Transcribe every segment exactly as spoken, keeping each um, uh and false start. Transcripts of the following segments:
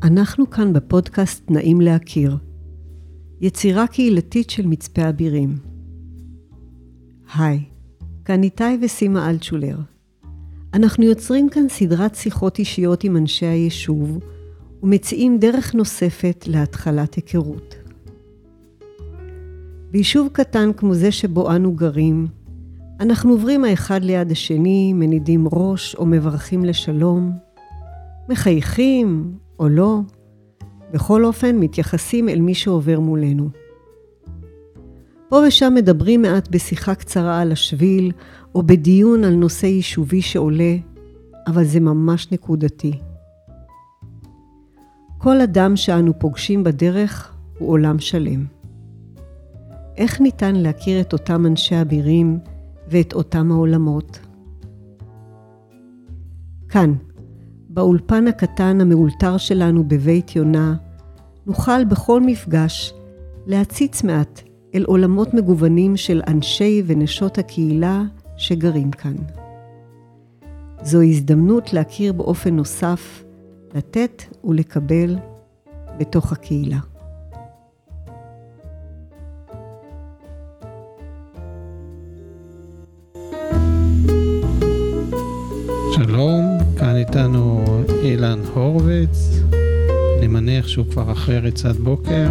אנחנו כאן בפודקאסט נעים להכיר, יצירה קהילתית של מצפה אבירים. היי, כאן איתי וסימה אלטשולר. אנחנו יוצרים כאן סדרת שיחות אישיות עם אנשי היישוב, ומציעים דרך נוספת להתחלת היכרות. ביישוב קטן כמו זה שבו אנו גרים, אנחנו עוברים האחד ליד השני, מנידים ראש או מברכים לשלום, מחייכים או לא, בכל אופן מתייחסים אל מי שעובר מולנו. פה ושם מדברים מעט בשיחה קצרה על השביל, או בדיון על נושא יישובי שעולה, אבל זה ממש נקודתי. כל אדם שאנו פוגשים בדרך הוא עולם שלם. איך ניתן להכיר את אותם אנשי אבירים ואת אותם העולמות? כאן, באולפן הקטן המאולתר שלנו בבית יונה, נוכל בכל מפגש להציץ מעט אל עולמות מגוונים של אנשי ונשות הקהילה שגרים כאן. זו הזדמנות להכיר באופן נוסף, לתת ולקבל בתוך הקהילה. שלום, כאן איתנו אילן הורוביץ, אני מניח שהוא כבר אחרי ריצת בוקר.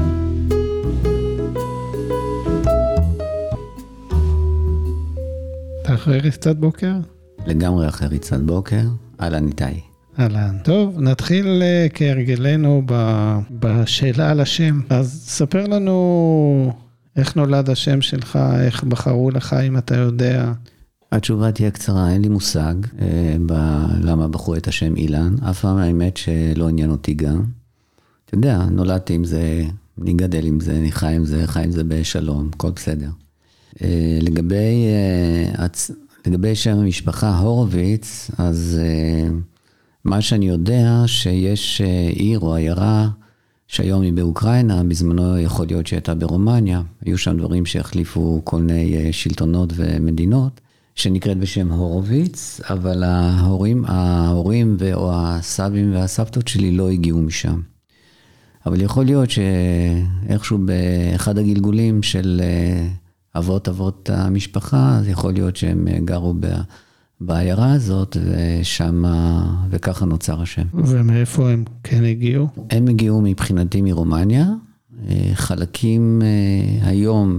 אתה אחרי ריצת בוקר? לגמרי אחרי ריצת בוקר, אהלן איתי. אהלן, טוב, נתחיל כהרגלנו בשאלה על השם. אז ספר לנו איך נולד השם שלך, איך בחרו לך אם אתה יודע. התשובה תהיה קצרה, אין לי מושג אה, למה בחרו את השם אילן, אף פעם האמת שלא עניין אותי גם. אתה יודע, נולדתי עם זה, אני גדל עם זה, אני חי עם זה, חי עם זה בשלום, הכל בסדר. אה, לגבי, אה, הצ... לגבי שם המשפחה הורוביץ, אז אה, מה שאני יודע שיש אה, עיר או עיירה שהיום היא באוקראינה, בזמנו יכול להיות שהייתה ברומניה, היו שם דברים שהחליפו כל מיני אה, שלטונות ומדינות, שנקראת בשם הורוביץ, אבל ההורים, ההורים או הסבים והסבתות שלי לא הגיעו משם. אבל יכול להיות שאיכשהו באחד הגלגולים של אבות אבות המשפחה, אז יכול להיות שהם גרו בעיירה הזאת, ושם, וככה נוצר השם. ומאיפה הם כן הגיעו? הם הגיעו מבחינתי מרומניה, חלקים היום,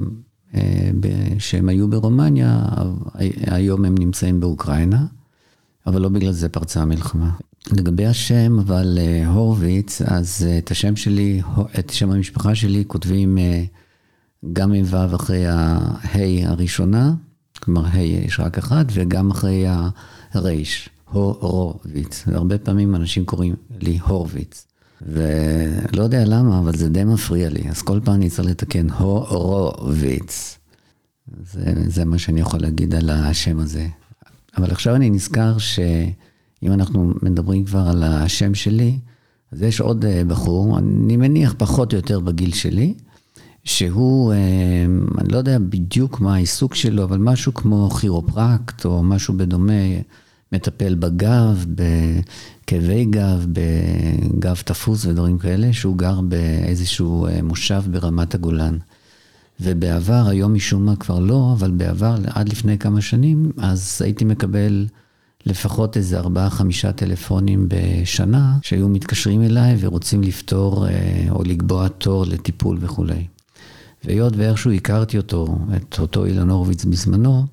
שהם היו ברומניה, היום הם נמצאים באוקראינה, אבל לא בגלל זה פרצה המלחמה. לגבי השם, אבל הורוביץ, אז את השם שלי, את שם המשפחה שלי, כותבים גם עם ו' אחרי ה-ה' הראשונה, כלומר ה' יש רק אחד, וגם אחרי הר', הורוביץ. והרבה פעמים אנשים קוראים לי הורוביץ. ולא יודע למה, אבל זה די מפריע לי. אז כל פעם אני צריך לתקן הורוביץ. זה, זה מה שאני יכול להגיד על השם הזה. אבל עכשיו אני נזכר שאם אנחנו מדברים כבר על השם שלי, אז יש עוד בחור, אני מניח פחות או יותר בגיל שלי, שהוא, אני לא יודע בדיוק מה העיסוק שלו, אבל משהו כמו כירופרקט או משהו בדומה, מטפל בגב, בכאבי גב, בגב תפוס ודברים כאלה, שהוא גר באיזשהו מושב ברמת הגולן. ובעבר, היום משום מה כבר לא, אבל בעבר, עד לפני כמה שנים, אז הייתי מקבל לפחות איזה ארבעה, חמישה טלפונים בשנה, שהיו מתקשרים אליי ורוצים לפתור או לקבוע תור לטיפול וכו'. והיות ואיכשהו הכרתי אותו, את אותו אילן הורוביץ בזמנו,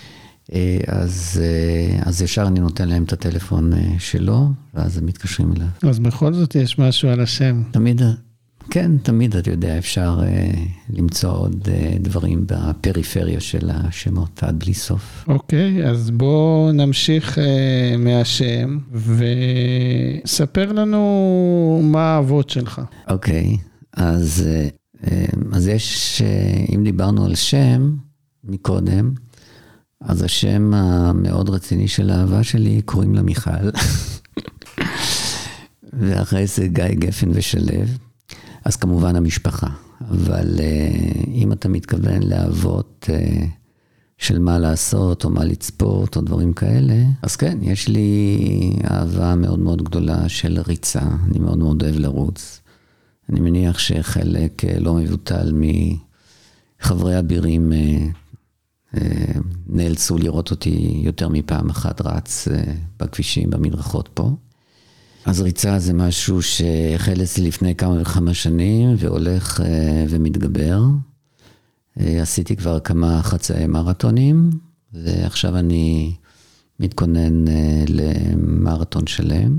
אז, אז ישר אני נותן להם את הטלפון שלו, ואז הם מתקשרים אליו. אז בכל זאת יש משהו על השם. תמיד, כן, תמיד, אתה יודע, אפשר למצוא עוד דברים בפריפריה של השמות, עד בלי סוף. אוקיי, אז בואו נמשיך מהשם, וספר לנו מה האבות שלך. אוקיי, אז, אז יש, אם דיברנו על שם מקודם, אז השם המאוד רציני של האהבה שלי, קוראים לה מיכל. ואחרי זה גיא גפן ושלב. אז כמובן המשפחה. אבל אם אתה מתכוון לאהבות, של מה לעשות, או מה לצפות, או דברים כאלה. אז כן, יש לי אהבה מאוד מאוד גדולה של ריצה. אני מאוד מאוד אוהב לרוץ. אני מניח שחלק לא מבוטל מחברי אבירים נאלצו לראות אותי יותר מפעם אחת רץ בכבישים, במדרכות פה. אז ריצה זה משהו שהחל אצלי לפני כמה וכמה שנים, והולך ומתגבר. עשיתי כבר כמה חצאי מרתונים, ועכשיו אני מתכונן למרתון שלם.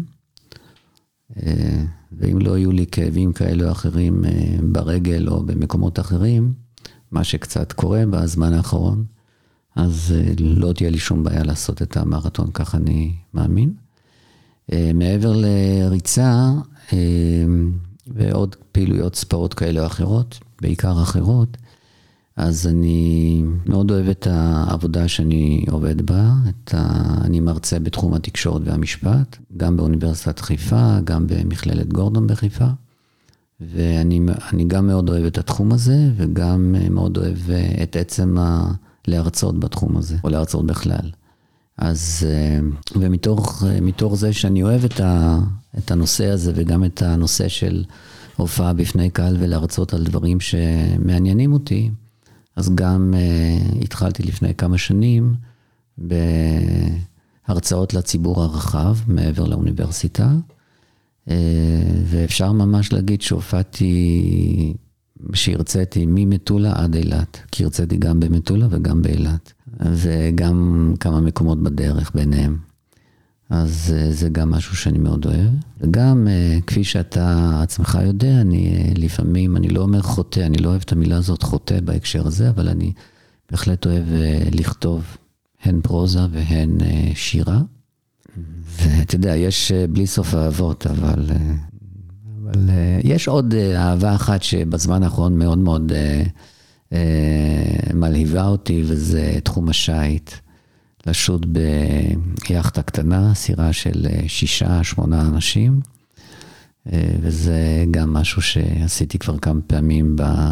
ואם לא יהיו לי כאבים כאלה או אחרים ברגל או במקומות אחרים, מה שקצת קורה בזמן האחרון, אז לא תהיה לי שום בעיה לעשות את המרתון, כך אני מאמין. מעבר לריצה ועוד פעילויות ספורט כאלה או אחרות, בעיקר אחרות, אז אני מאוד אוהב את העבודה שאני עובד בה. את ה... אני מרצה בתחום התקשורת והמשפט, גם באוניברסיטת חיפה, גם במכללת גורדון בחיפה. ואני אני גם מאוד אוהב את התחום הזה, וגם מאוד אוהב את עצם ה... להרצות בתחום הזה, או להרצות בכלל. אז, ומתוך מתוך זה שאני אוהב את, ה... את הנושא הזה, וגם את הנושא של הופעה בפני קהל ולהרצות על דברים שמעניינים אותי, אז גם uh, התחלתי לפני כמה שנים בהרצאות לציבור הרחב מעבר לאוניברסיטה, uh, ואפשר ממש להגיד שהופעתי, שהרציתי ממטולה עד אילת, כי הרציתי גם במטולה וגם באילת, וגם כמה מקומות בדרך ביניהם. אז uh, זה גם משהו שאני מאוד אוהב. וגם, uh, כפי שאתה עצמך יודע, אני uh, לפעמים, אני לא אומר חוטא, אני לא אוהב את המילה הזאת חוטא בהקשר הזה, אבל אני בהחלט אוהב uh, לכתוב הן פרוזה והן uh, שירה. ואתה יודע, יש uh, בלי סוף אהבות, אבל, uh, אבל uh, יש עוד uh, אהבה אחת שבזמן האחרון מאוד מאוד uh, uh, מלהיבה אותי, וזה תחום השייט. לשוט ביחדה קטנה, סירה של שישה, שמונה אנשים, וזה גם משהו שעשיתי כבר כמה פעמים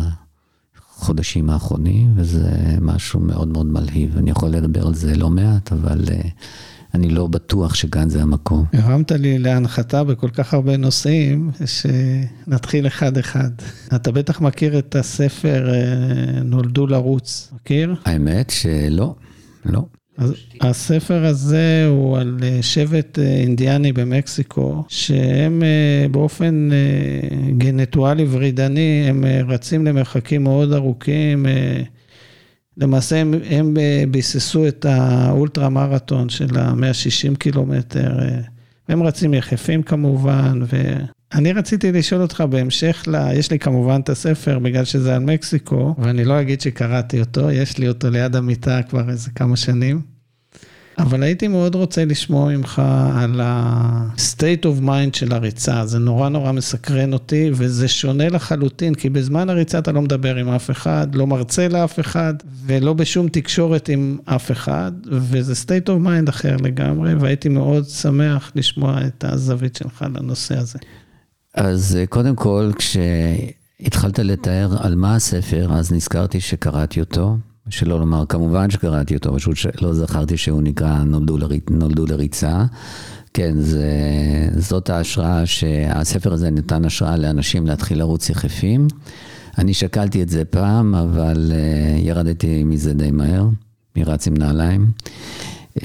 בחודשים האחרונים, וזה משהו מאוד מאוד מלהיב. אני יכול לדבר על זה לא מעט, אבל אני לא בטוח שכאן זה המקום. הרמת לי להנחתה בכל כך הרבה נושאים, שנתחיל אחד אחד. אתה בטח מכיר את הספר נולדו לרוץ, מכיר? האמת שלא, לא. אז הספר הזה הוא על שבט אינדיאני במקסיקו, שהם באופן גנטואלי ורידני, הם רצים למרחקים מאוד ארוכים, למעשה הם, הם ביססו את האולטרה מרתון של ה-מאה ושישים קילומטר, הם רצים יחפים כמובן, ואני רציתי לשאול אותך בהמשך, לה, יש לי כמובן את הספר בגלל שזה על מקסיקו, ואני לא אגיד שקראתי אותו, יש לי אותו ליד המיטה כבר איזה כמה שנים, אבל הייתי מאוד רוצה לשמוע ממך על ה-state of mind של הריצה, זה נורא נורא מסקרן אותי, וזה שונה לחלוטין, כי בזמן הריצה אתה לא מדבר עם אף אחד, לא מרצה לאף אחד, ולא בשום תקשורת עם אף אחד, וזה state of mind אחר לגמרי, והייתי מאוד שמח לשמוע את הזווית שלך לנושא הזה. אז קודם כל, כשהתחלת לתאר על מה הספר, אז נזכרתי שקראתי אותו, שלא לומר, כמובן שקראתי אותו, פשוט לא זכרתי שהוא נקרא נולדו, לריצ... נולדו לריצה. כן, זה, זאת ההשראה שהספר הזה נתן השראה לאנשים להתחיל לרוץ יחפים. אני שקלתי את זה פעם, אבל uh, ירדתי מזה די מהר, מרץ עם נעליים. Uh,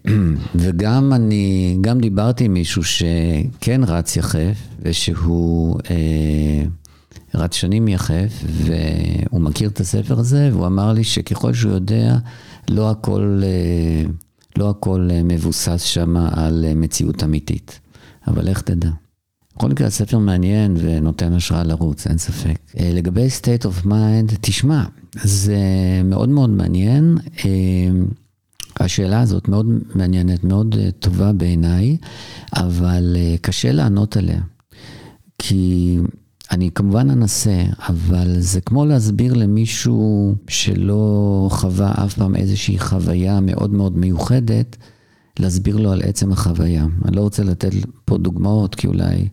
וגם אני, גם דיברתי עם מישהו שכן רץ יחף, ושהוא... Uh, רץ שנים יחף, והוא מכיר את הספר הזה, והוא אמר לי שככל שהוא יודע, לא הכל, לא הכל מבוסס שם על מציאות אמיתית. אבל איך תדע? בכל מקרה, הספר מעניין ונותן השראה לרוץ, אין ספק. לגבי state of mind, תשמע, זה מאוד מאוד מעניין. השאלה הזאת מאוד מעניינת, מאוד טובה בעיניי, אבל קשה לענות עליה. כי... אני כמובן אנסה, אבל זה כמו להסביר למישהו שלא חווה אף פעם איזושהי חוויה מאוד מאוד מיוחדת, להסביר לו על עצם החוויה. אני לא רוצה לתת פה דוגמאות, כי אולי,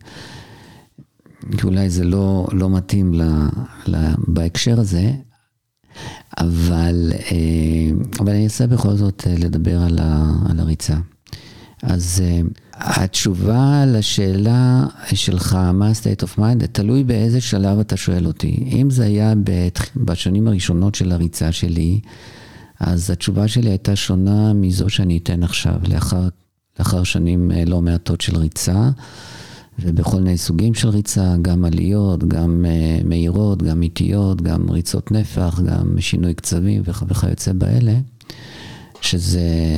כי אולי זה לא, לא מתאים ל, ל, בהקשר הזה, אבל, אבל אני אנסה בכל זאת לדבר על, ה, על הריצה. אז התשובה לשאלה שלך, מה ה-state of mind, תלוי באיזה שלב אתה שואל אותי. אם זה היה בשנים הראשונות של הריצה שלי, אז התשובה שלי הייתה שונה מזו שאני אתן עכשיו, לאחר, לאחר שנים לא מעטות של ריצה, ובכל מיני סוגים של ריצה, גם עליות, גם מהירות, גם איטיות, גם ריצות נפח, גם שינוי קצבים וכיוצא באלה, שזה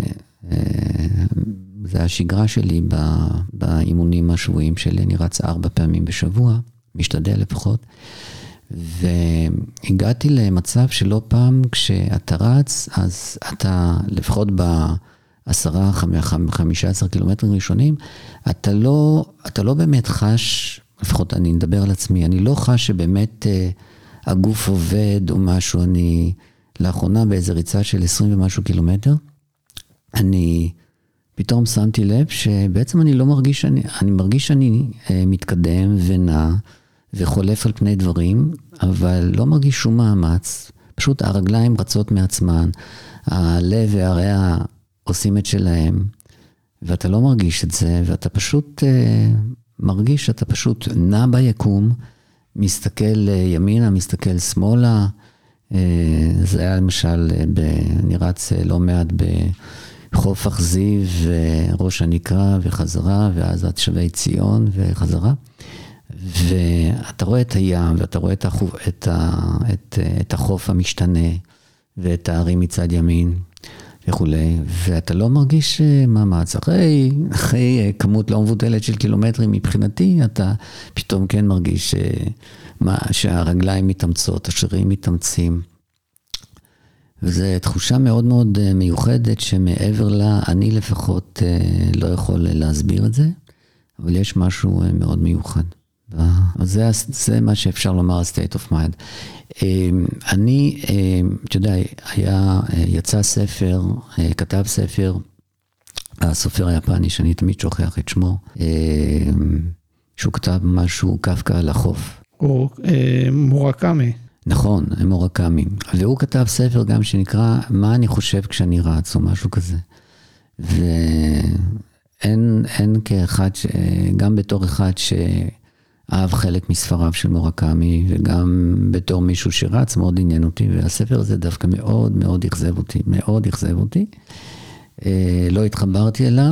זה השגרה שלי באימונים השבועיים שלי, אני רץ ארבע פעמים בשבוע, משתדל לפחות, והגעתי למצב שלא פעם כשאתה רץ, אז אתה לפחות בעשרה, חמישה עשר קילומטרים ראשונים, אתה לא, אתה לא באמת חש, לפחות אני מדבר על עצמי, אני לא חש שבאמת הגוף עובד או משהו, אני לאחרונה באיזו ריצה של עשרים ומשהו קילומטר, אני פתאום שמתי לב שבעצם אני לא מרגיש, אני, אני מרגיש שאני מתקדם ונע וחולף על פני דברים, אבל לא מרגיש שום מאמץ, פשוט הרגליים רצות מעצמן, הלב והריאה עושים את שלהם, ואתה לא מרגיש את זה, ואתה פשוט מרגיש שאתה פשוט נע ביקום, מסתכל ימינה, מסתכל שמאלה, זה היה למשל, אני רץ לא מעט בחוף אכזיב, ראש הנקרה וחזרה, ואז עד שבי ציון וחזרה, ואתה רואה את הים, ואתה רואה את החוף, את, את, את החוף המשתנה, ואת הערים מצד ימין, וכולי, ואתה לא מרגיש מאמץ, אחרי, אחרי כמות לא מבוטלת של קילומטרים מבחינתי, אתה פתאום כן מרגיש מה, שהרגליים מתאמצות, השרירים מתאמצים, וזו תחושה מאוד מאוד מיוחדת, שמעבר לה, אני לפחות לא יכול להסביר את זה, אבל יש משהו מאוד מיוחד. אז זה, זה מה שאפשר לומר, state of mind. אני, אתה יודע, היה, יצא ספר, כתב ספר, הסופר היפני, שאני תמיד שוכח את שמו, שהוא כתב משהו קפקא על החוף. הוא מורקמי. נכון, מורקמי. והוא כתב ספר גם שנקרא, מה אני חושב כשאני רץ, או משהו כזה. ואין, אין כאחד, גם בתור אחד ש... אהב חלק מספריו של מורקמי, וגם בתור מישהו שרץ, מאוד עניין אותי, והספר הזה דווקא מאוד מאוד אכזב אותי, מאוד אכזב אותי. לא התחברתי אליו,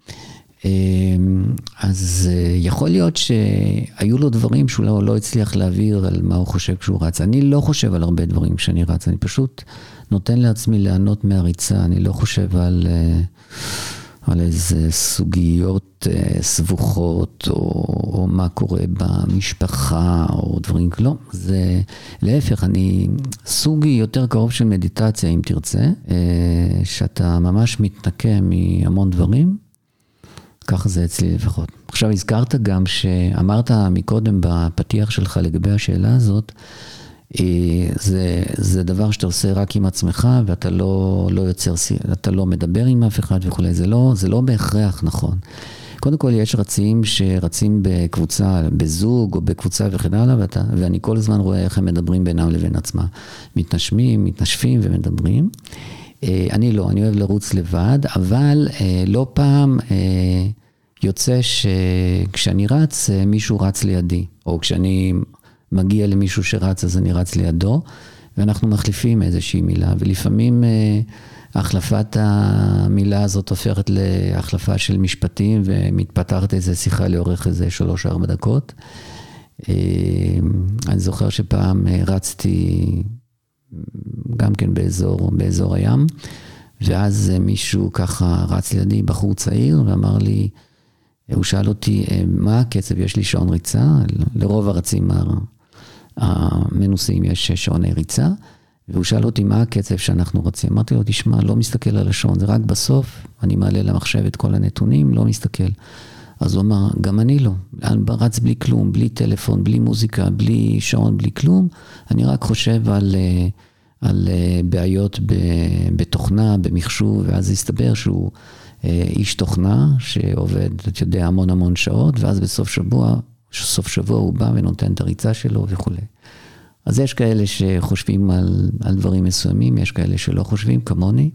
אז יכול להיות שהיו לו דברים שהוא לא, לא הצליח להעביר על מה הוא חושב כשהוא רץ. אני לא חושב על הרבה דברים כשאני רץ, אני פשוט נותן לעצמי לענות מהריצה, אני לא חושב על... על איזה סוגיות סבוכות, או, או מה קורה במשפחה, או דברים, לא, זה להפך, אני סוגי יותר קרוב של מדיטציה, אם תרצה, שאתה ממש מתנקה מהמון דברים, ככה זה אצלי לפחות. עכשיו הזכרת גם שאמרת מקודם בפתיח שלך לגבי השאלה הזאת, זה, זה דבר שאתה עושה רק עם עצמך, ואתה לא, לא יוצר, אתה לא מדבר עם אף אחד וכו'. זה לא, זה לא בהכרח נכון. קודם כל יש רצים שרצים בקבוצה, בזוג או בקבוצה וכן הלאה, ואתה, ואני כל הזמן רואה איך הם מדברים בינם לבין עצמם. מתנשמים, מתנשפים ומדברים. אני לא, אני אוהב לרוץ לבד, אבל לא פעם יוצא שכשאני רץ, מישהו רץ לידי, או כשאני... מגיע למישהו שרץ, אז אני רץ לידו, ואנחנו מחליפים איזושהי מילה, ולפעמים אה, החלפת המילה הזאת הופכת להחלפה של משפטים, ומתפתחת איזו שיחה לאורך איזה שלוש ארבע דקות. אה, אני זוכר שפעם רצתי גם כן באזור, באזור הים, ואז מישהו ככה רץ לידי, בחור צעיר, ואמר לי, הוא שאל אותי, מה הקצב? יש לי שעון ריצה, לרוב הרצים המנוסים יש שעוני ריצה, והוא שאל אותי מה הקצב שאנחנו רצים. אמרתי לו, תשמע, לא מסתכל על השעון, זה רק בסוף, אני מעלה למחשב את כל הנתונים, לא מסתכל. אז הוא אמר, גם אני לא, רץ בלי כלום, בלי טלפון, בלי מוזיקה, בלי שעון, בלי כלום, אני רק חושב על, על בעיות בתוכנה, במחשוב, ואז הסתבר שהוא איש תוכנה שעובד, אתה יודע, המון המון שעות, ואז בסוף שבוע, סוף שבוע הוא בא ונותן את הריצה שלו וכו'. אז יש כאלה שחושבים על, על דברים מסוימים, יש כאלה שלא חושבים, כמוני.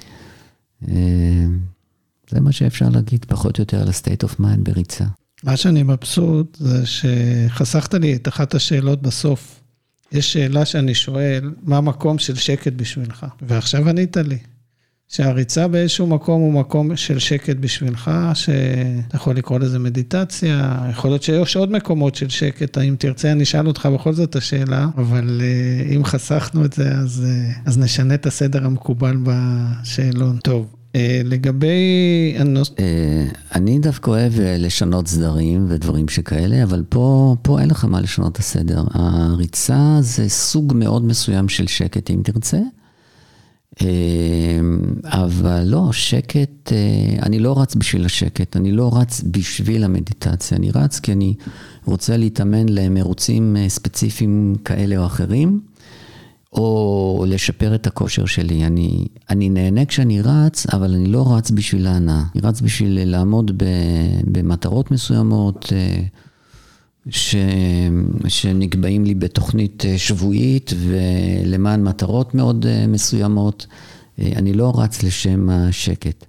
זה מה שאפשר להגיד, פחות או יותר על ה-state of mind בריצה. מה שאני מבסוט זה שחסכת לי את אחת השאלות בסוף. יש שאלה שאני שואל, מה המקום של שקט בשבילך? ועכשיו ענית לי. שהריצה באיזשהו מקום הוא מקום של שקט בשבילך, שאתה יכול לקרוא לזה מדיטציה, יכול להיות שיש עוד מקומות של שקט, אם תרצה אני אשאל אותך בכל זאת השאלה, אבל אם חסכנו את זה, אז, אז נשנה את הסדר המקובל בשאלון. טוב, לגבי הנוס... אני דווקא אוהב לשנות סדרים ודברים שכאלה, אבל פה, פה אין לך מה לשנות את הסדר. הריצה זה סוג מאוד מסוים של שקט, אם תרצה, אבל לא, שקט, אני לא רץ בשביל השקט, אני לא רץ בשביל המדיטציה, אני רץ כי אני רוצה להתאמן למרוצים ספציפיים כאלה או אחרים, או לשפר את הכושר שלי. אני, אני נהנה כשאני רץ, אבל אני לא רץ בשביל ההנאה. אני רץ בשביל לעמוד במטרות מסוימות, ש, שנקבעים לי בתוכנית שבועית, ולמען מטרות מאוד מסוימות. אני לא רץ לשם השקט.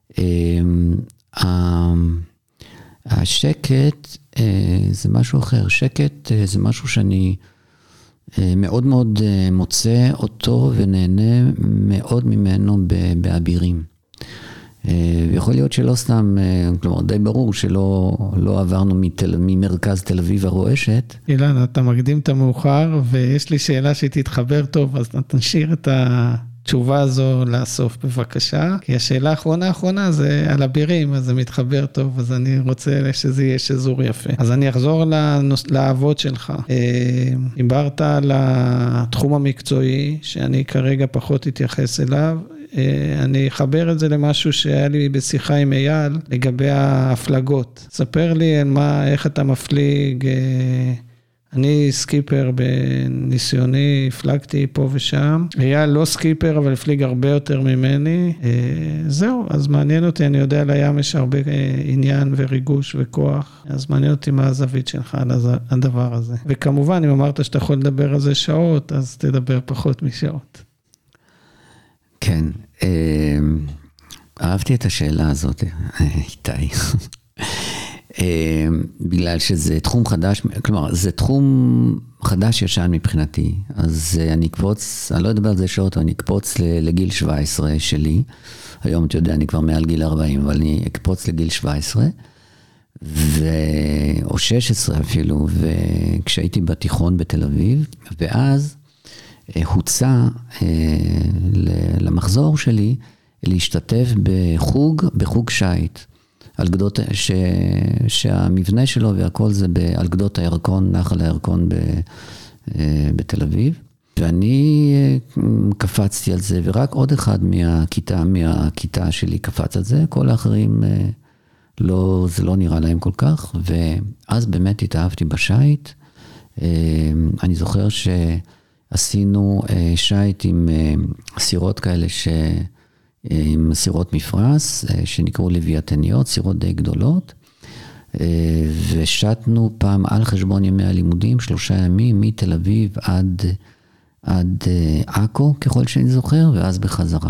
השקט זה משהו אחר. שקט זה משהו שאני מאוד מאוד מוצא אותו ונהנה מאוד ממנו באבירים. ויכול להיות שלא סתם, כלומר די ברור שלא לא עברנו מתל, ממרכז תל אביב הרועשת. אילן, אתה מקדים את המאוחר ויש לי שאלה שתתחבר טוב, אז תנשאיר את התשובה הזו לסוף בבקשה, כי השאלה האחרונה האחרונה זה על אבירים, אז זה מתחבר טוב, אז אני רוצה שזה יהיה שזור יפה. אז אני אחזור לנוס, לעבוד שלך. דיברת על התחום המקצועי, שאני כרגע פחות אתייחס אליו, אני אחבר את זה למשהו שהיה לי בשיחה עם אייל, לגבי ההפלגות. ספר לי מה, איך אתה מפליג, אני סקיפר בניסיוני, הפלגתי פה ושם. אייל לא סקיפר, אבל הפליג הרבה יותר ממני. זהו, אז מעניין אותי, אני יודע, לים יש הרבה עניין וריגוש וכוח, אז מעניין אותי מה הזווית שלך על הדבר הזה. וכמובן, אם אמרת שאתה יכול לדבר על זה שעות, אז תדבר פחות משעות. כן, אהבתי את השאלה הזאת, איתי. בגלל שזה תחום חדש, כלומר, זה תחום חדש ישן מבחינתי, אז אני אקפוץ, אני לא אדבר על זה שעות, אני אקפוץ לגיל שבע עשרה שלי, היום אתה יודע, אני כבר מעל גיל ארבעים, אבל אני אקפוץ לגיל שבע עשרה, ו... או שש עשרה אפילו, וכשהייתי בתיכון בתל אביב, ואז הוצא למחזור שלי להשתתף בחוג, בחוג שייט, על גדות, ש, שהמבנה שלו והכל זה על גדות הירקון, נחל הירקון ב, בתל אביב. ואני קפצתי על זה, ורק עוד אחד מהכיתה, מהכיתה שלי קפץ על זה, כל האחרים לא, זה לא נראה להם כל כך, ואז באמת התאהבתי בשייט. אני זוכר שעשינו שייט עם סירות כאלה ש... עם סירות מפרס, שנקראו לוויתניות, סירות די גדולות, ושטנו פעם על חשבון ימי הלימודים, שלושה ימים, מתל אביב עד, עד עכו, ככל שאני זוכר, ואז בחזרה.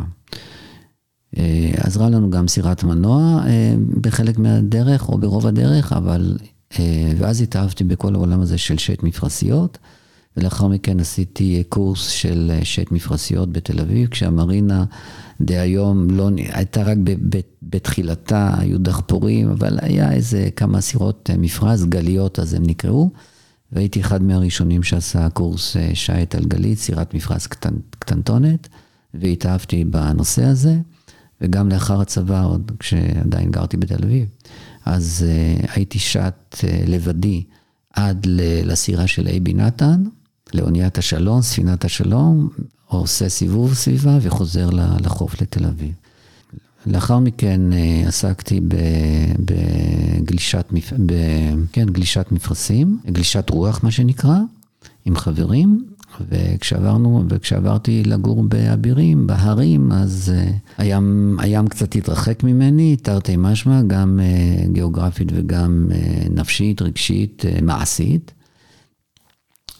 עזרה לנו גם סירת מנוע בחלק מהדרך, או ברוב הדרך, אבל, ואז התאהבתי בכל העולם הזה של שייט מפרסיות, ולאחר מכן עשיתי קורס של שייט מפרסיות בתל אביב, כשהמרינה די היום לא, הייתה רק ב, ב, בתחילתה, היו דחפורים, אבל היה איזה כמה סירות מפרס, גליות אז הם נקראו, והייתי אחד מהראשונים שעשה קורס שייט על גלית, סירת מפרס קטנ, קטנטונת, והתאהבתי בנושא הזה, וגם לאחר הצבא, עוד כשעדיין גרתי בתל אביב, אז uh, הייתי שט uh, לבדי עד לסירה של אייבי נתן, לאוניית השלום, ספינת השלום, עושה סיבוב סביבה וחוזר לחוף לתל אביב. לאחר מכן עסקתי בגלישת, ב, כן, גלישת מפרסים, גלישת רוח מה שנקרא, עם חברים, וכשעברנו, וכשעברתי לגור באבירים, בהרים, אז הים, הים קצת התרחק ממני, תרתי משמע, גם גיאוגרפית וגם נפשית, רגשית, מעשית.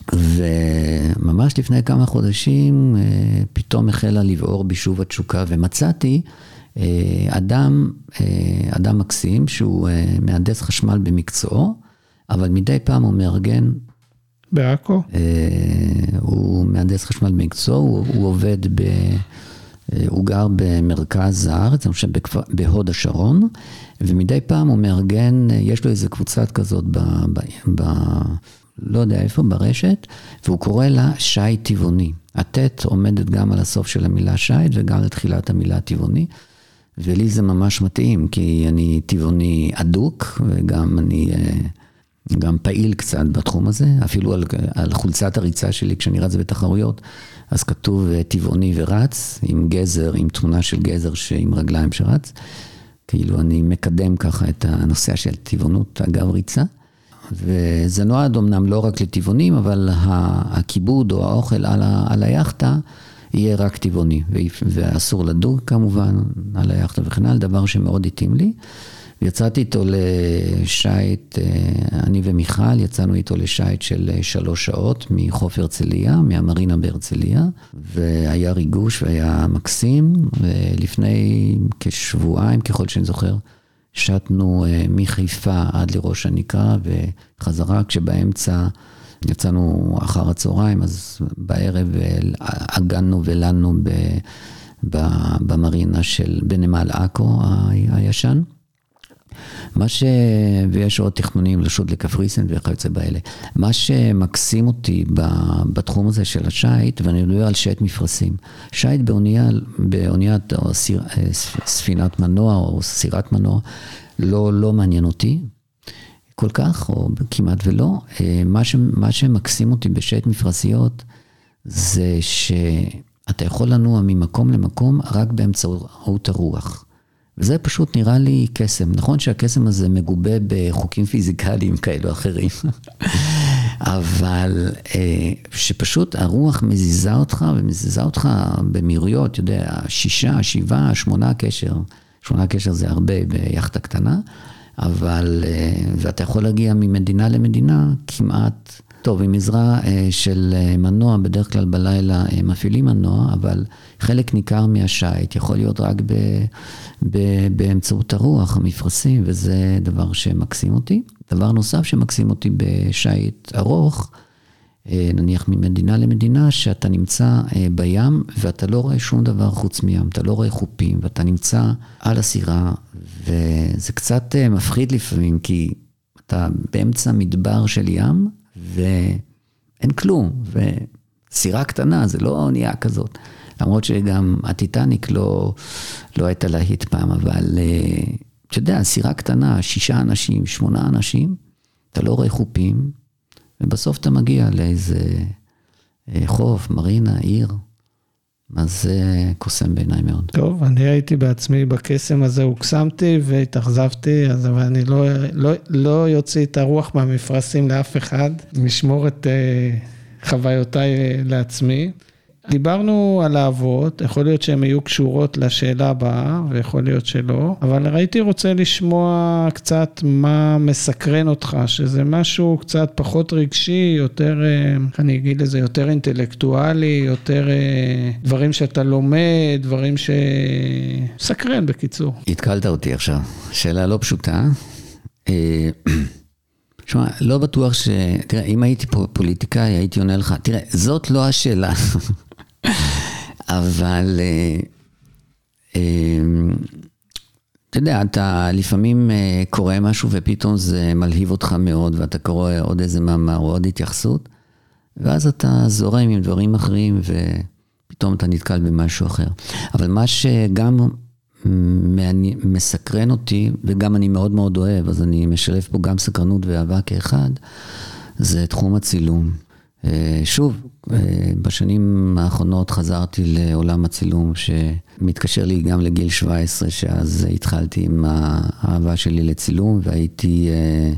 וממש לפני כמה חודשים, פתאום החלה לבעור בישוב התשוקה, ומצאתי אדם, אדם מקסים, שהוא מהנדס חשמל במקצועו, אבל מדי פעם הוא מארגן. בעכו? הוא מהנדס חשמל במקצועו, הוא, הוא עובד ב... הוא גר במרכז הארץ, אני חושב בהוד השרון, ומדי פעם הוא מארגן, יש לו איזו קבוצת כזאת ב... ב, ב לא יודע איפה, ברשת, והוא קורא לה שייט טבעוני. הטט עומדת גם על הסוף של המילה שייט, וגם לתחילת המילה טבעוני, ולי זה ממש מתאים, כי אני טבעוני אדוק, וגם אני גם פעיל קצת בתחום הזה, אפילו על, על חולצת הריצה שלי, כשאני רץ בתחרויות, אז כתוב טבעוני ורץ, עם גזר, עם תמונה של גזר עם רגליים שרץ, כאילו אני מקדם ככה את הנושא של טבעונות אגב ריצה, וזה נועד אמנם לא רק לטבעונים, אבל הכיבוד או האוכל על, ה, על היחטה יהיה רק טבעוני, ואסור לדוג כמובן על היחטה וכן הלאה, דבר שמאוד התאים לי. ויצאתי איתו לשייט, אני ומיכל, יצאנו איתו לשייט של שלוש שעות מחוף הרצליה, מהמרינה בהרצליה, והיה ריגוש והיה מקסים, ולפני כשבועיים, ככל שאני זוכר, שטנו מחיפה עד לראש הנקרה, וחזרה כשבאמצע יצאנו אחר הצהריים, אז בערב הגענו ולנו במרינה של בנמל עכו הישן. מה ש... ויש עוד תכנונים לשוט לקפריסין וכיוצא באלה. מה שמקסים אותי בתחום הזה של השייט, ואני מדבר על שייט מפרשים. שייט באונייה, באוניית או סיר... ספינת מנוע או סירת מנוע, לא, לא מעניין אותי כל כך, או כמעט ולא. מה, ש... מה שמקסים אותי בשייט מפרשיות, זה שאתה יכול לנוע ממקום למקום רק באמצעות הרוח. וזה פשוט נראה לי קסם. נכון שהקסם הזה מגובה בחוקים פיזיקליים כאלו אחרים. אבל שפשוט הרוח מזיזה אותך, ומזיזה אותך במהירויות, יודע, שישה, שבעה, שמונה קשר. שמונה קשר זה הרבה ביחטה קטנה, אבל, ואתה יכול להגיע ממדינה למדינה כמעט, טוב, עם עזרה של מנוע, בדרך כלל בלילה מפעילים מנוע, אבל חלק ניכר מהשייט יכול להיות רק ב, ב, באמצעות הרוח, המפרשים, וזה דבר שמקסים אותי. דבר נוסף שמקסים אותי בשייט ארוך, נניח ממדינה למדינה, שאתה נמצא בים, ואתה לא רואה שום דבר חוץ מים, אתה לא רואה חופים, ואתה נמצא על הסירה, וזה קצת מפחיד לפעמים, כי אתה באמצע מדבר של ים, ואין כלום, וסירה קטנה, זה לא אונייה כזאת, למרות שגם הטיטניק לא, לא הייתה להיט פעם, אבל אתה יודע, סירה קטנה, שישה אנשים, שמונה אנשים, אתה לא רואה חופים, ובסוף אתה מגיע לאיזה חוף, מרינה, עיר, אז זה קוסם בעיניי מאוד. טוב, אני הייתי בעצמי בקסם הזה, הוקסמתי והתאכזבתי, אז אבל אני לא, לא, לא יוציא את הרוח מהמפרשים לאף אחד, משמור את uh, חוויותיי לעצמי. דיברנו על האהבות, יכול להיות שהן יהיו קשורות לשאלה הבאה, ויכול להיות שלא, אבל הייתי רוצה לשמוע קצת מה מסקרן אותך, שזה משהו קצת פחות רגשי, יותר, אני אגיד לזה, יותר אינטלקטואלי, יותר דברים שאתה לומד, דברים שסקרן בקיצור. התקלת אותי עכשיו, שאלה לא פשוטה. שומע, לא בטוח ש... תראה, אם הייתי פה פוליטיקאי, הייתי עונה לך, תראה, זאת לא השאלה. אבל, אתה יודע, אתה לפעמים קורא משהו ופתאום זה מלהיב אותך מאוד, ואתה קורא עוד איזה מאמר או עוד התייחסות, ואז אתה זורם עם דברים אחרים, ופתאום אתה נתקל במשהו אחר. אבל מה שגם מסקרן אותי, וגם אני מאוד מאוד אוהב, אז אני משלב פה גם סקרנות ואהבה כאחד, זה תחום הצילום. שוב, בשנים האחרונות חזרתי לעולם הצילום, שמתקשר לי גם לגיל שבע עשרה, שאז התחלתי עם האהבה שלי לצילום, והייתי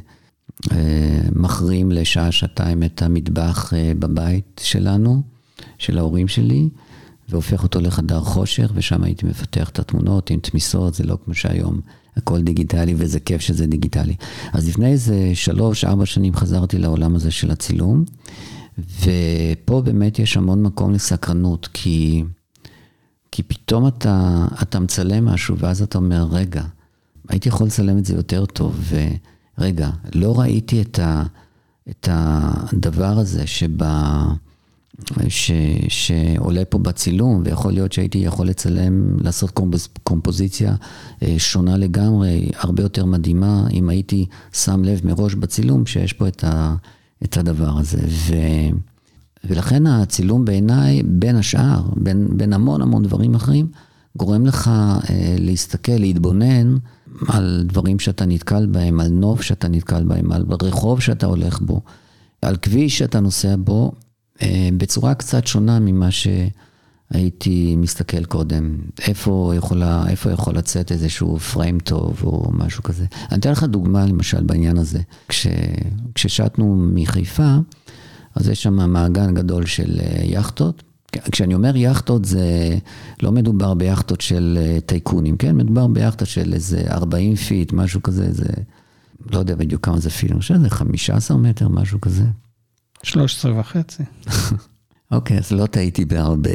מחרים לשעה שעתיים את המטבח בבית שלנו, של ההורים שלי, והופך אותו לחדר חושך, ושם הייתי מפתח את התמונות עם תמיסות, זה לא כמו שהיום הכל דיגיטלי, וזה כיף שזה דיגיטלי. אז לפני איזה שלוש, ארבע שנים חזרתי לעולם הזה של הצילום, ופה באמת יש המון מקום לסקרנות, כי, כי פתאום אתה, אתה מצלם משהו, ואז אתה אומר, רגע, הייתי יכול לצלם את זה יותר טוב, ורגע, לא ראיתי את, ה, את הדבר הזה שבה, ש, שעולה פה בצילום, ויכול להיות שהייתי יכול לצלם, לעשות קומפוז, קומפוזיציה שונה לגמרי, הרבה יותר מדהימה, אם הייתי שם לב מראש בצילום, שיש פה את, ה, את הדבר הזה. ו, ולכן הצילום בעיניי, בין השאר, בין, בין המון המון דברים אחרים, גורם לך להסתכל, להתבונן על דברים שאתה נתקל בהם, על נוף שאתה נתקל בהם, על רחוב שאתה הולך בו, על כביש שאתה נוסע בו, בצורה קצת שונה ממה שהייתי מסתכל קודם. איפה יכולה, איפה יכול לצאת איזשהו פריים טוב או משהו כזה. אני אתן לך דוגמה למשל בעניין הזה. כש, כששטנו מחיפה, אז יש שם מעגן גדול של יחטות. כשאני אומר יחטות, זה לא מדובר ביחטות של טייקונים, כן? מדובר ביחטות של איזה ארבעים פיט, משהו כזה, זה, לא יודע בדיוק כמה זה פיט, אני חושב, זה חמישה עשר מטר, משהו כזה. שלוש עשרה וחצי. אוקיי, אז לא טעיתי בהרבה.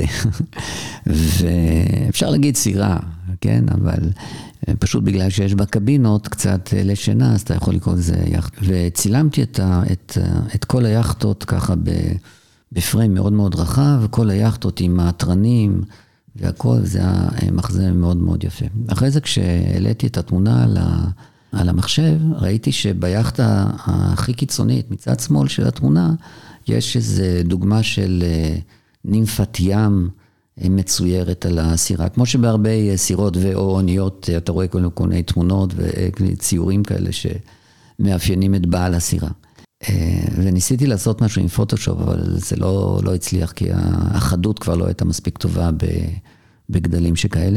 ואפשר להגיד סירה, כן? אבל פשוט בגלל שיש בה קבינות קצת לשינה, אז אתה יכול לקרוא לזה יחט. וצילמתי את, ה, את, את כל היחטות ככה ב, בפריים מאוד מאוד רחב, וכל היחטות עם התרנים והכל, זה היה מחזה מאוד מאוד יפה. אחרי זה כשהעליתי את התמונה על ה... על המחשב, ראיתי שביחטה הכי קיצונית, מצד שמאל של התמונה, יש איזו דוגמה של נימפת ים מצוירת על הסירה. כמו שבהרבה סירות ואו אוניות, אתה רואה כל מיני תמונות וציורים כאלה שמאפיינים את בעל הסירה. וניסיתי לעשות משהו עם פוטושופ, אבל זה לא, לא הצליח, כי החדות כבר לא הייתה מספיק טובה בגדלים שכאלה.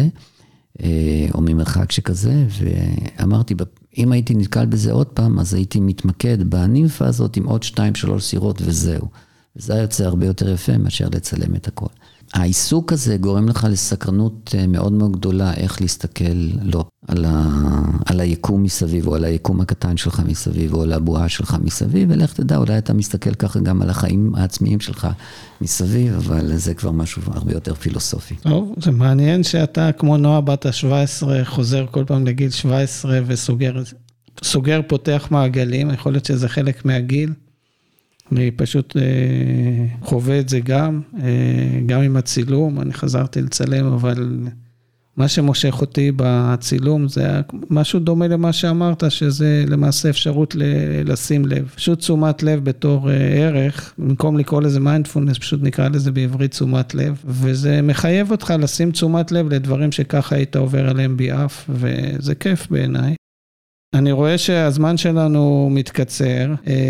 או ממרחק שכזה, ואמרתי, אם הייתי נתקל בזה עוד פעם, אז הייתי מתמקד בנימפה הזאת עם עוד שתיים, שלוש סירות וזהו. וזה יוצא הרבה יותר יפה מאשר לצלם את הכל. העיסוק הזה גורם לך לסקרנות מאוד מאוד גדולה, איך להסתכל לא, על, ה, על היקום מסביב, או על היקום הקטן שלך מסביב, או על הבועה שלך מסביב, ולך תדע, אולי אתה מסתכל ככה גם על החיים העצמיים שלך מסביב, אבל זה כבר משהו הרבה יותר פילוסופי. טוב, זה מעניין שאתה כמו נועה בת ה-שבע עשרה, חוזר כל פעם לגיל שבע עשרה, וסוגר, סוגר פותח מעגלים, יכול להיות שזה חלק מהגיל, אני פשוט אה, חווה את זה גם, אה, גם עם הצילום, אני חזרתי לצלם, אבל מה שמושך אותי בצילום, זה משהו דומה למה שאמרת, שזה למעשה אפשרות ל- לשים לב. פשוט תשומת לב בתור אה, ערך, במקום לקרוא לזה מיינדפולנס, פשוט נקרא לזה בעברית תשומת לב, וזה מחייב אותך לשים תשומת לב לדברים שככה היית עובר עליהם ביעף, וזה כיף בעיניי. אני רואה שהזמן שלנו מתקצר,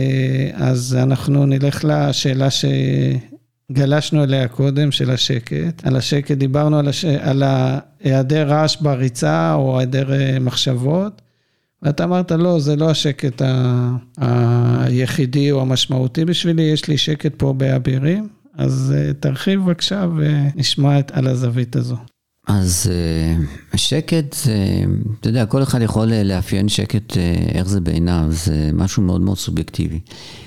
אז אנחנו נלך לשאלה שגלשנו אליה קודם, של השקט. על השקט דיברנו על, הש... על היעדר רעש בריצה, או היעדר מחשבות, ואתה אמרת, לא, זה לא השקט ה... היחידי או המשמעותי בשבילי, יש לי שקט פה באבירים, אז תרחיב בבקשה ונשמע על הזווית הזו. אז שקט, אתה יודע, כל אחד יכול לאפיין שקט, איך זה בעיניו, זה משהו מאוד מאוד סובייקטיבי.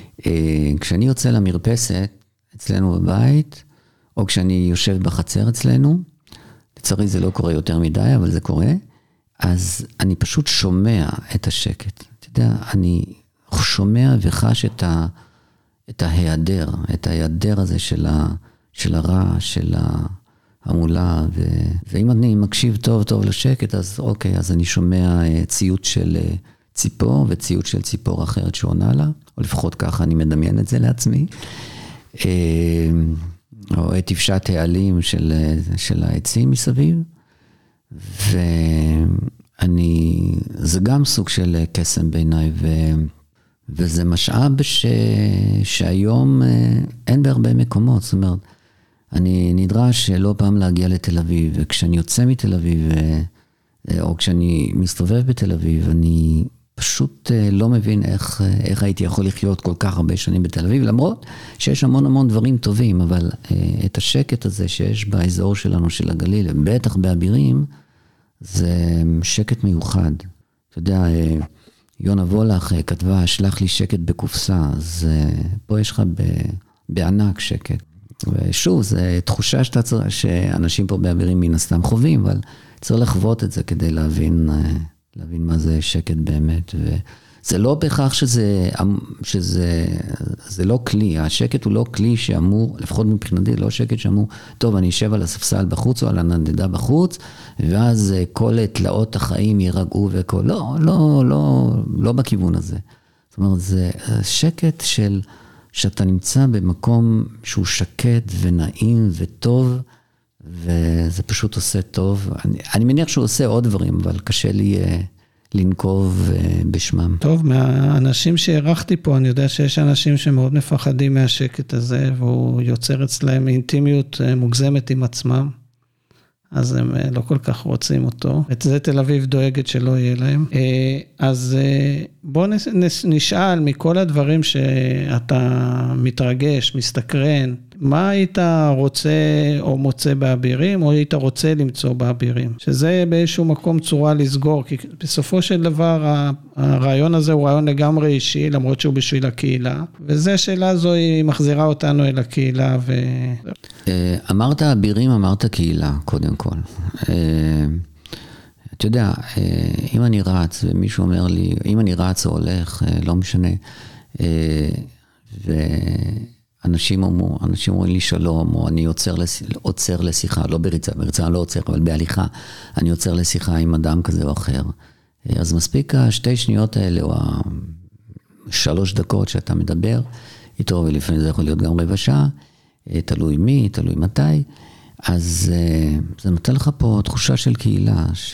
כשאני יוצא למרפסת אצלנו בבית, או כשאני יושב בחצר אצלנו, לצערי זה לא קורה יותר מדי, אבל זה קורה, אז אני פשוט שומע את השקט. אתה יודע, אני שומע וחש את, ה, את ההיעדר, את ההיעדר הזה של, ה, של הרעש, של ה... המולה, ו... ואם אני מקשיב טוב טוב לשקט, אז אוקיי, אז אני שומע ציוט של ציפור, וציוט של ציפור אחרת שעונה לה, או לפחות ככה אני מדמיין את זה לעצמי, או את תפשט העלים של, של העצים מסביב, ואני, זה גם סוג של קסם בעיניי, ו... וזה משאב ש... שהיום אין בהרבה מקומות, זאת אומרת, אני נדרש לא פעם להגיע לתל אביב, וכשאני יוצא מתל אביב, או כשאני מסתובב בתל אביב, אני פשוט לא מבין איך, איך הייתי יכול לחיות כל כך הרבה שנים בתל אביב, למרות שיש המון המון דברים טובים, אבל את השקט הזה שיש באזור שלנו של הגליל, בטח באבירים, זה שקט מיוחד. אתה יודע, יונה וולך כתבה, שלח לי שקט בקופסה, אז פה יש לך בענק שקט. ושוב, זו תחושה שאתה צריך, שאנשים פה באבירים מן הסתם חווים, אבל צריך לחוות את זה כדי להבין, להבין מה זה שקט באמת. וזה לא בהכרח שזה, שזה, זה לא כלי, השקט הוא לא כלי שאמור, לפחות מבחינתי, לא שקט שאמור, טוב, אני אשב על הספסל בחוץ או על הנדדה בחוץ, ואז כל תלאות החיים יירגעו וכל, לא, לא, לא, לא בכיוון הזה. זאת אומרת, זה שקט של, שאתה נמצא במקום שהוא שקט ונעים וטוב, וזה פשוט עושה טוב. אני, אני מניח שהוא עושה עוד דברים, אבל קשה לי לנקוב בשמם. טוב, מהאנשים שהערכתי פה, אני יודע שיש אנשים שמאוד מפחדים מהשקט הזה, והוא יוצר אצלהם אינטימיות מוגזמת עם עצמם. אז הם לא כל כך רוצים אותו. את זה תל אביב דואגת שלא יהיה להם. אז בוא נשאל מכל הדברים שאתה מתרגש, מסתקרן, מה היית רוצה או מוצא באבירים, או היית רוצה למצוא באבירים? שזה באיזשהו מקום צורה לסגור, כי בסופו של דבר הרעיון הזה הוא רעיון לגמרי אישי, למרות שהוא בשביל הקהילה, וזה שאלה זו היא מחזירה אותנו אל הקהילה. ו... אמרת אבירים, אמרת קהילה, קודם כל. אתה יודע, אם אני רץ, ומישהו אומר לי, אם אני רץ או הולך, לא משנה, ואנשים אומרים, אנשים אומרים לי שלום, או אני עוצר, עוצר לשיחה, לא בריצה, בריצה אני לא עוצר, אבל בהליכה, אני עוצר לשיחה עם אדם כזה או אחר. אז מספיק השתי שניות האלה, או השלוש דקות שאתה מדבר, איתו, ולפעמים זה יכול להיות גם רבע שעה, תלוי מי, תלוי מתי, אז זה נותן לך פה תחושה של קהילה, ש...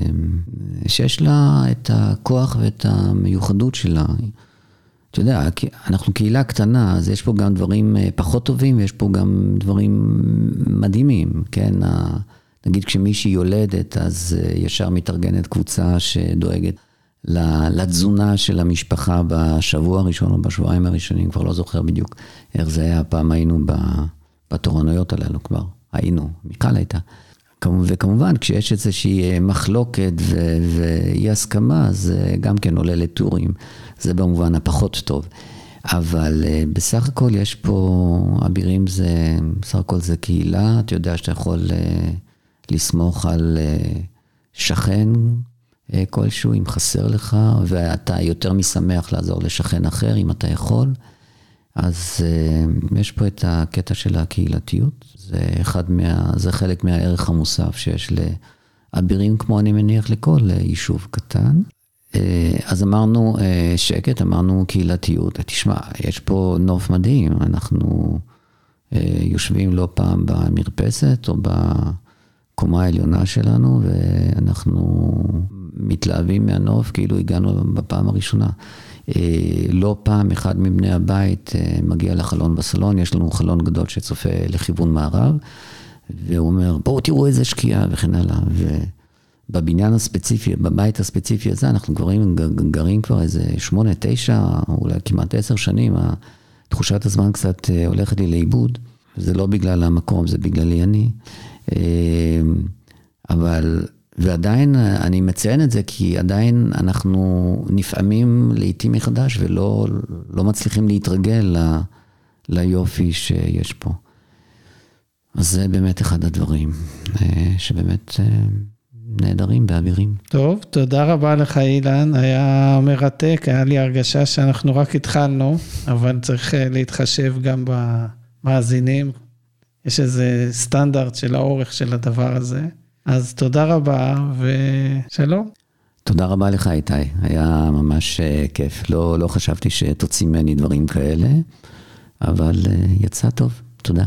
שיש לה את הכוח ואת המיוחדות שלה. אתה יודע, אנחנו קהילה קטנה, אז יש פה גם דברים פחות טובים, ויש פה גם דברים מדהימים, כן? נגיד כשמישהי יולדת, אז ישר מתארגנת קבוצה שדואגת לתזונה של המשפחה בשבוע הראשון או בשבועיים הראשונים, כבר לא זוכר בדיוק איך זה היה, הפעם היינו בתורנויות הללו כבר, היינו, מיכל הייתה. וכמובן, כשיש איזושהי מחלוקת ואי הסכמה, אז גם כן עולה לטורים, זה במובן הפחות טוב. אבל בסך הכל יש פה, אבירים זה, בסך הכל זה קהילה, אתה יודע שאתה יכול לסמוך על שכן כלשהו, אם חסר לך, ואתה יותר משמח לעזור לשכן אחר, אם אתה יכול. אז יש פה את הקטע של הקהילתיות, זה אחד מה, זה חלק מהערך המוסף שיש לאבירים, כמו אני מניח לכל יישוב קטן. אז אמרנו שקט, אמרנו קהילתיות. תשמע, יש פה נוף מדהים, אנחנו יושבים לא פעם במרפסת או בקומה העליונה שלנו, ואנחנו מתלהבים מהנוף כאילו הגענו בפעם הראשונה. לא פעם אחד מבני הבית מגיע לחלון בסלון, יש לנו חלון גדול שצופה לכיוון מערב, והוא אומר, בואו תראו איזה שקיעה וכן הלאה. ובבניין הספציפי, בבית הספציפי הזה, אנחנו גרים, גרים כבר איזה שמונה, תשע, אולי כמעט עשר שנים, תחושת הזמן קצת הולכת לי לאיבוד, זה לא בגלל המקום, זה בגללי אני. אבל... ועדיין אני מציין את זה, כי עדיין אנחנו נפעמים לעתים מחדש, ולא לא מצליחים להתרגל ל, ליופי שיש פה. אז זה באמת אחד הדברים, שבאמת נהדרים באבירים. טוב, תודה רבה לך אילן, היה מרתק, היה לי הרגשה שאנחנו רק התחלנו, אבל צריך להתחשב גם במאזינים, יש איזה סטנדרט של האורך של הדבר הזה. אז תודה רבה ושלום. תודה רבה לך איתי, היה ממש כיף. לא, לא חשבתי שתוציא ממני דברים כאלה, אבל יצא טוב. תודה.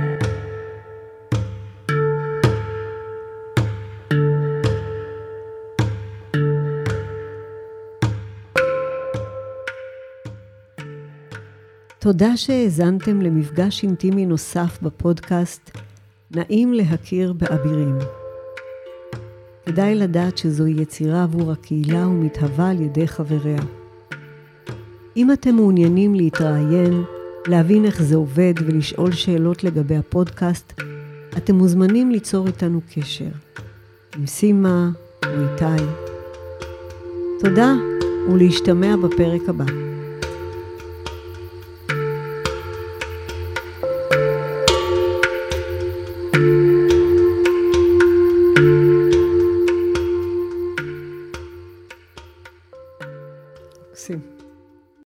תודה שהאזנתם למפגש אינטימי נוסף בפודקאסט, נעים להכיר באבירים. כדאי לדעת שזוהי יצירה עבור הקהילה ומתהווה על ידי חבריה. אם אתם מעוניינים להתראיין, להבין איך זה עובד ולשאול שאלות לגבי הפודקאסט, אתם מוזמנים ליצור איתנו קשר. עם סימה או איתי. תודה ולהשתמע בפרק הבא. מקסים.